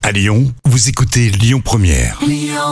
À Lyon, vous écoutez Lyon Première.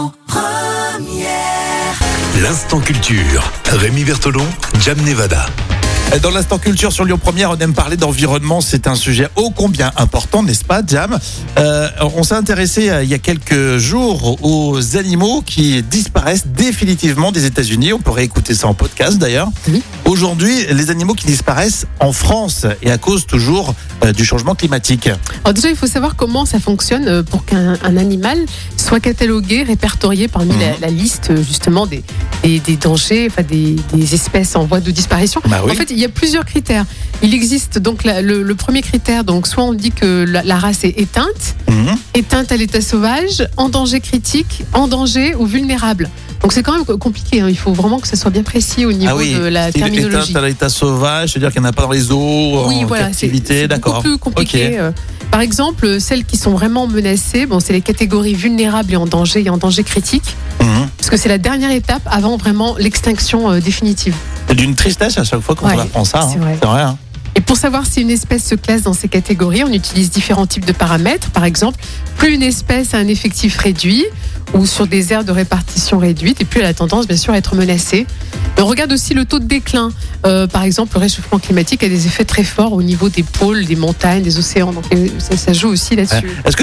L'instant culture. Rémi Bertolon, Jam Nevada. Dans l'instant culture sur Lyon Première, on aime parler d'environnement. C'est un sujet ô combien important, n'est-ce pas, Jam? On s'est intéressé il y a quelques jours aux animaux qui disparaissent définitivement des États-Unis. On pourrait écouter ça en podcast d'ailleurs. Oui. Aujourd'hui, les animaux qui disparaissent en France et à cause toujours du changement climatique. Alors déjà, il faut savoir comment ça fonctionne pour qu'un animal soit catalogué, répertorié parmi la liste justement des dangers, enfin des espèces en voie de disparition. Bah oui. En fait, il y a plusieurs critères. Il existe donc le premier critère, donc soit on dit que la race est éteinte, éteinte à l'état sauvage, en danger critique, en danger ou vulnérable. Donc c'est quand même compliqué, hein. Il faut vraiment que ça soit bien précis au niveau de la terminologie. Éteinte à l'état sauvage, c'est-à-dire qu'il n'y en a pas dans les eaux, Oui, en voilà, captivité, c'est d'accord. beaucoup plus compliqué. Ok. Par exemple, celles qui sont vraiment menacées, c'est les catégories vulnérables et en danger critique, parce que c'est la dernière étape avant vraiment l'extinction définitive. C'est d'une tristesse à chaque fois quand on apprend ça. C'est vrai. C'est vrai, hein. Et pour savoir si une espèce se classe dans ces catégories, on utilise différents types de paramètres. Par exemple, plus une espèce a un effectif réduit ou sur des aires de répartition réduites, et plus elle a tendance, bien sûr, à être menacée. On regarde aussi le taux de déclin. Par exemple, le réchauffement climatique a des effets très forts au niveau des pôles, des montagnes, des océans. Donc ça joue aussi là-dessus. Est-ce que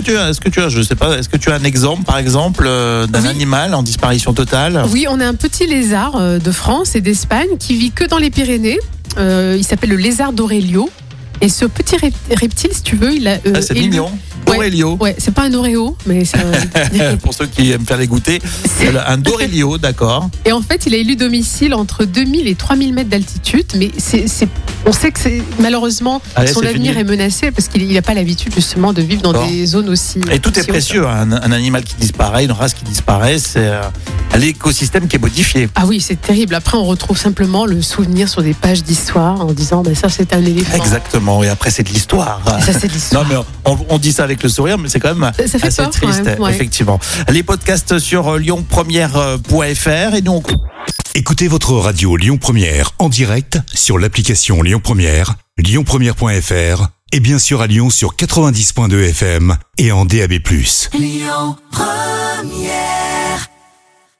tu as un exemple, par exemple, d'un animal en disparition totale? Oui, on a un petit lézard de France et d'Espagne qui vit que dans les Pyrénées. Il s'appelle le lézard d'Aurélio. Et ce petit reptile, si tu veux, il a. C'est mignon. Aurélio. Ouais, c'est pas un Oreo, mais c'est pour ceux qui aiment faire les goûter, un Dorélio, d'accord. Et en fait, il a élu domicile entre 2000 et 3000 mètres d'altitude, mais on sait que malheureusement, son avenir est menacé parce qu'il n'a pas l'habitude justement de vivre dans des zones aussi. Et tout est précieux, un animal qui disparaît, une race qui disparaît, c'est l'écosystème qui est modifié. Ah oui, c'est terrible. Après, on retrouve simplement le souvenir sur des pages d'histoire en disant ça, c'est un éléphant. Exactement, et après, c'est de l'histoire. Ça, c'est de l'histoire. Non, mais on dit ça avec le sourire, mais c'est quand même ça fait assez peur, triste, ouais. Effectivement. Les podcasts sur lyonpremière.fr et nous Écoutez votre radio Lyon Première en direct sur l'application Lyon Première, lyonpremière.fr et bien sûr à Lyon sur 90.2 FM et en DAB+. Lyon Première.